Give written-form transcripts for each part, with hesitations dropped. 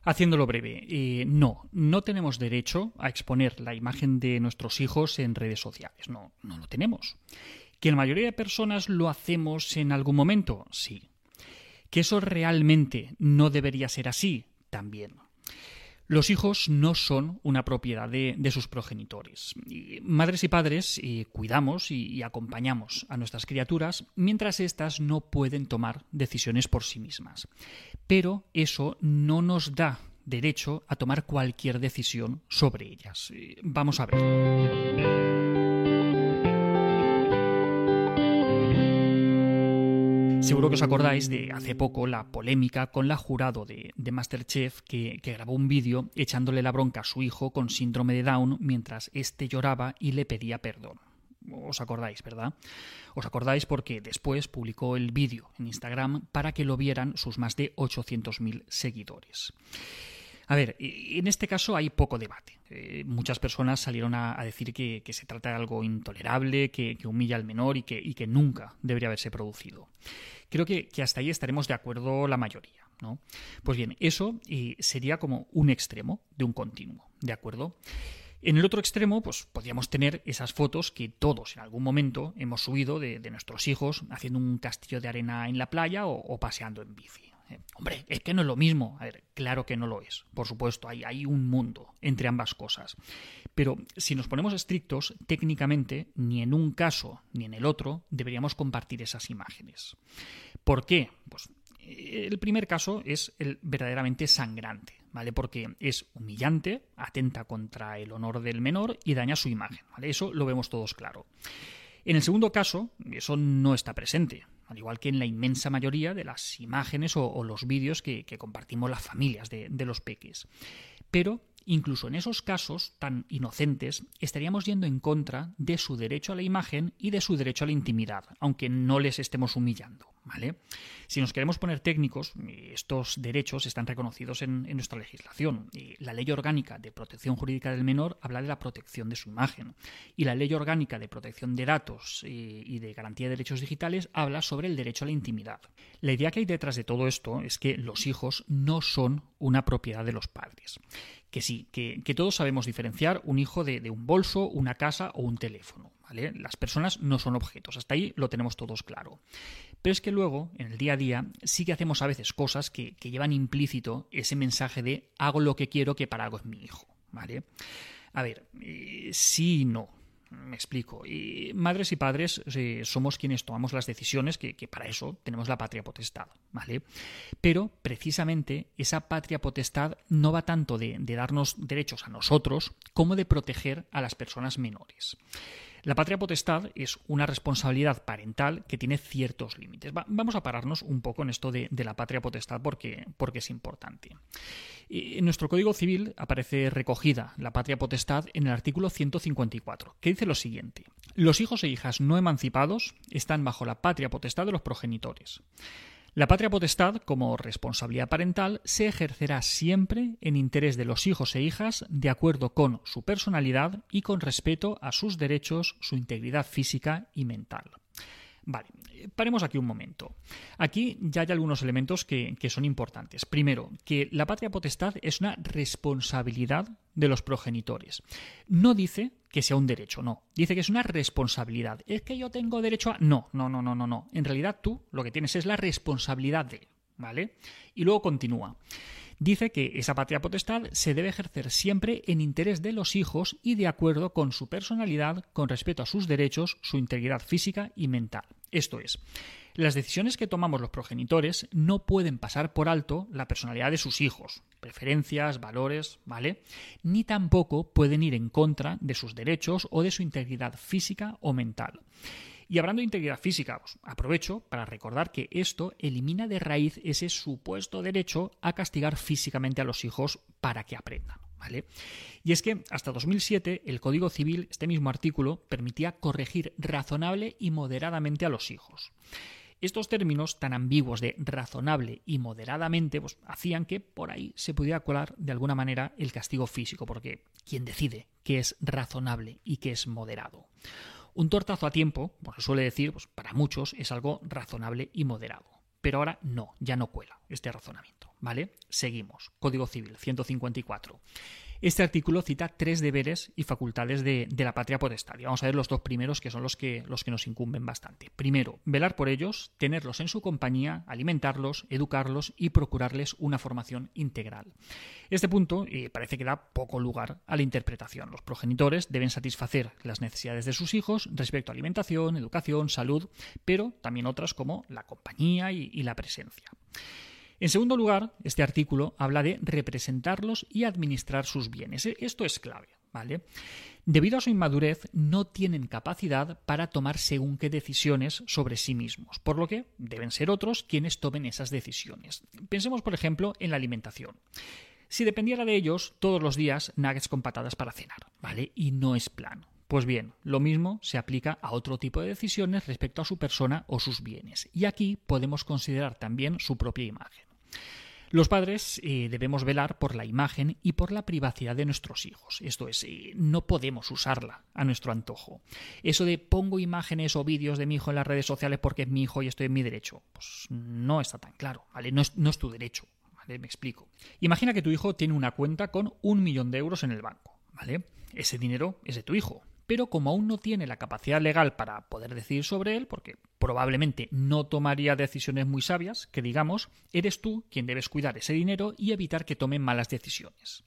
Haciéndolo breve, no tenemos derecho a exponer la imagen de nuestros hijos en redes sociales. No lo tenemos. ¿Que la mayoría de personas lo hacemos en algún momento? Sí. ¿Que eso realmente no debería ser así? También. Los hijos no son una propiedad de sus progenitores. Madres y padres cuidamos y acompañamos a nuestras criaturas mientras éstas no pueden tomar decisiones por sí mismas. Pero eso no nos da derecho a tomar cualquier decisión sobre ellas. Vamos a ver. Seguro que os acordáis de hace poco la polémica con la jurado de MasterChef que grabó un vídeo echándole la bronca a su hijo con síndrome de Down mientras éste lloraba y le pedía perdón. Os acordáis, ¿verdad? Os acordáis porque después publicó el vídeo en Instagram para que lo vieran sus más de 800.000 seguidores. A ver, en este caso hay poco debate. Muchas personas salieron a decir que se trata de algo intolerable, que humilla al menor y que nunca debería haberse producido. Creo que hasta ahí estaremos de acuerdo la mayoría, ¿no? Pues bien, eso sería como un extremo de un continuo, ¿de acuerdo? En el otro extremo, pues podríamos tener esas fotos que todos en algún momento hemos subido de nuestros hijos haciendo un castillo de arena en la playa o paseando en bici. Hombre, es que no es lo mismo. A ver, claro que no lo es. Por supuesto, hay un mundo entre ambas cosas. Pero si nos ponemos estrictos, técnicamente, ni en un caso ni en el otro deberíamos compartir esas imágenes. ¿Por qué? Pues el primer caso es el verdaderamente sangrante, ¿vale? Porque es humillante, atenta contra el honor del menor y daña su imagen, ¿vale? Eso lo vemos todos claro. En el segundo caso, eso no está presente, al igual que en la inmensa mayoría de las imágenes o los vídeos que compartimos las familias de los peques. Pero incluso en esos casos tan inocentes estaríamos yendo en contra de su derecho a la imagen y de su derecho a la intimidad, aunque no les estemos humillando, ¿vale? Si nos queremos poner técnicos, estos derechos están reconocidos en nuestra legislación. La Ley Orgánica de Protección Jurídica del Menor habla de la protección de su imagen y la Ley Orgánica de Protección de Datos y de Garantía de Derechos Digitales habla sobre el derecho a la intimidad. La idea que hay detrás de todo esto es que los hijos no son una propiedad de los padres. Que sí, que todos sabemos diferenciar un hijo de un bolso, una casa o un teléfono, ¿vale? Las personas no son objetos, hasta ahí lo tenemos todos claro. Pero es que luego, en el día a día, sí que hacemos a veces cosas que llevan implícito ese mensaje de hago lo que quiero, que para algo es mi hijo, ¿vale? A ver, sí y no. Me explico. Madres y padres somos quienes tomamos las decisiones, que para eso tenemos la patria potestad, ¿vale? Pero precisamente esa patria potestad no va tanto de darnos derechos a nosotros como de proteger a las personas menores. La patria potestad es una responsabilidad parental que tiene ciertos límites. Vamos a pararnos un poco en esto de la patria potestad porque es importante. En nuestro Código Civil aparece recogida la patria potestad en el artículo 154, que dice lo siguiente: los hijos e hijas no emancipados están bajo la patria potestad de los progenitores. La patria potestad, como responsabilidad parental, se ejercerá siempre en interés de los hijos e hijas de acuerdo con su personalidad y con respeto a sus derechos, su integridad física y mental. Vale, paremos aquí un momento. Aquí ya hay algunos elementos que son importantes. Primero, que la patria potestad es una responsabilidad de los progenitores. No dice que sea un derecho, no. Dice que es una responsabilidad. ¿Es que yo tengo derecho a...? No. En realidad tú lo que tienes es la responsabilidad de, ¿vale? Y luego continúa. Dice que esa patria potestad se debe ejercer siempre en interés de los hijos y de acuerdo con su personalidad, con respeto a sus derechos, su integridad física y mental. Esto es, las decisiones que tomamos los progenitores no pueden pasar por alto la personalidad de sus hijos, preferencias, valores, ¿vale? Ni tampoco pueden ir en contra de sus derechos o de su integridad física o mental. Y hablando de integridad física, pues aprovecho para recordar que esto elimina de raíz ese supuesto derecho a castigar físicamente a los hijos para que aprendan, ¿vale? Y es que hasta 2007 el Código Civil, este mismo artículo, permitía corregir razonable y moderadamente a los hijos. Estos términos tan ambiguos de razonable y moderadamente pues, hacían que por ahí se pudiera colar de alguna manera el castigo físico, porque ¿quién decide qué es razonable y qué es moderado? Un tortazo a tiempo, como se suele decir, pues para muchos es algo razonable y moderado. pero ahora no, ya no cuela este razonamiento, ¿vale? Seguimos. Código Civil 154. Este artículo cita 3 deberes y facultades de la patria potestad. Y vamos a ver los 2 primeros, que son los que nos incumben bastante. Primero, velar por ellos, tenerlos en su compañía, alimentarlos, educarlos y procurarles una formación integral. Este punto parece que da poco lugar a la interpretación. Los progenitores deben satisfacer las necesidades de sus hijos respecto a alimentación, educación, salud, pero también otras como la compañía y la presencia. En segundo lugar, este artículo habla de representarlos y administrar sus bienes. Esto es clave, ¿vale? Debido a su inmadurez, no tienen capacidad para tomar según qué decisiones sobre sí mismos, por lo que deben ser otros quienes tomen esas decisiones. Pensemos, por ejemplo, en la alimentación. Si dependiera de ellos, todos los días nuggets con patatas para cenar, ¿vale? Y no es plan. Pues bien, lo mismo se aplica a otro tipo de decisiones respecto a su persona o sus bienes. Y aquí podemos considerar también su propia imagen. Los padres debemos velar por la imagen y por la privacidad de nuestros hijos. Esto es, no podemos usarla a nuestro antojo. Eso de pongo imágenes o vídeos de mi hijo en las redes sociales porque es mi hijo y estoy en mi derecho, pues no está tan claro, ¿vale? No es tu derecho, ¿vale? Me explico. Imagina que tu hijo tiene una cuenta con 1 millón de euros en el banco, ¿vale? Ese dinero es de tu hijo. Pero como aún no tiene la capacidad legal para poder decidir sobre él, porque probablemente no tomaría decisiones muy sabias, que digamos, eres tú quien debes cuidar ese dinero y evitar que tome malas decisiones.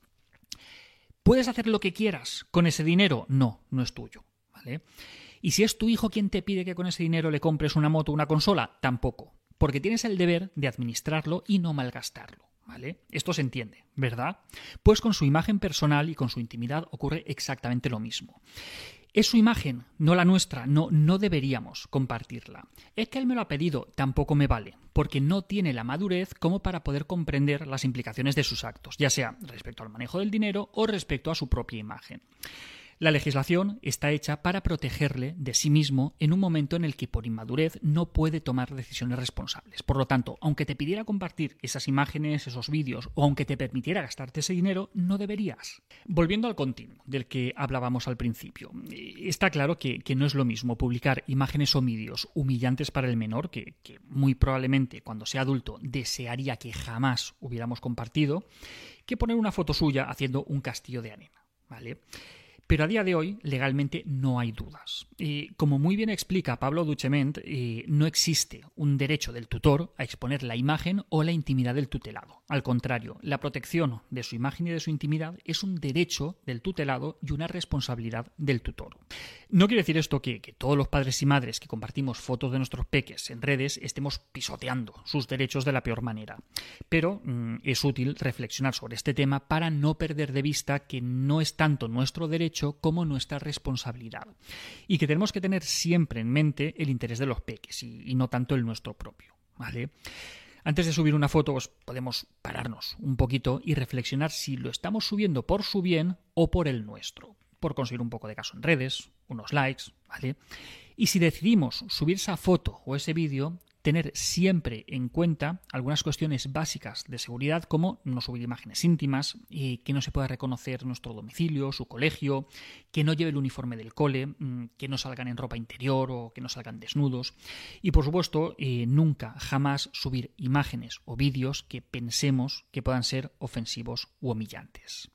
¿Puedes hacer lo que quieras con ese dinero? No, no es tuyo, ¿vale? Y si es tu hijo quien te pide que con ese dinero le compres una moto o una consola, tampoco, porque tienes el deber de administrarlo y no malgastarlo. ¿Vale? Esto se entiende, ¿verdad? Pues con su imagen personal y con su intimidad ocurre exactamente lo mismo. Es su imagen, no la nuestra, no deberíamos compartirla. Es que él me lo ha pedido, tampoco me vale, porque no tiene la madurez como para poder comprender las implicaciones de sus actos, ya sea respecto al manejo del dinero o respecto a su propia imagen. La legislación está hecha para protegerle de sí mismo en un momento en el que por inmadurez no puede tomar decisiones responsables. Por lo tanto, aunque te pidiera compartir esas imágenes, esos vídeos, o aunque te permitiera gastarte ese dinero, no deberías. Volviendo al continuo del que hablábamos al principio, está claro que no es lo mismo publicar imágenes o vídeos humillantes para el menor, que muy probablemente cuando sea adulto desearía que jamás hubiéramos compartido, que poner una foto suya haciendo un castillo de arena, ¿vale? Pero a día de hoy, legalmente, no hay dudas. Como muy bien explica Pablo Duchement, no existe un derecho del tutor a exponer la imagen o la intimidad del tutelado. Al contrario, la protección de su imagen y de su intimidad es un derecho del tutelado y una responsabilidad del tutor. No quiere decir esto que todos los padres y madres que compartimos fotos de nuestros peques en redes estemos pisoteando sus derechos de la peor manera. Pero es útil reflexionar sobre este tema para no perder de vista que no es tanto nuestro derecho como nuestra responsabilidad y que tenemos que tener siempre en mente el interés de los peques y no tanto el nuestro propio, ¿vale? Antes de subir una foto, pues podemos pararnos un poquito y reflexionar si lo estamos subiendo por su bien o por el nuestro, por conseguir un poco de caso en redes, unos likes, ¿vale? Y si decidimos subir esa foto o ese vídeo, tener siempre en cuenta algunas cuestiones básicas de seguridad, como no subir imágenes íntimas, que no se pueda reconocer nuestro domicilio, su colegio, que no lleve el uniforme del cole, que no salgan en ropa interior o que no salgan desnudos. Y por supuesto, nunca, jamás subir imágenes o vídeos que pensemos que puedan ser ofensivos u humillantes.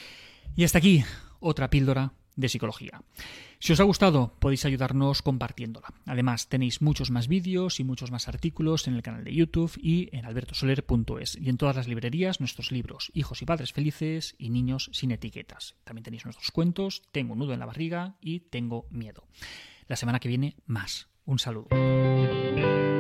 Y hasta aquí otra píldora de psicología. Si os ha gustado, podéis ayudarnos compartiéndola. Además, tenéis muchos más vídeos y muchos más artículos en el canal de YouTube y en albertosoler.es y en todas las librerías nuestros libros Hijos y Padres Felices y Niños sin Etiquetas. También tenéis nuestros cuentos Tengo un nudo en la barriga y Tengo miedo. La semana que viene, más. Un saludo.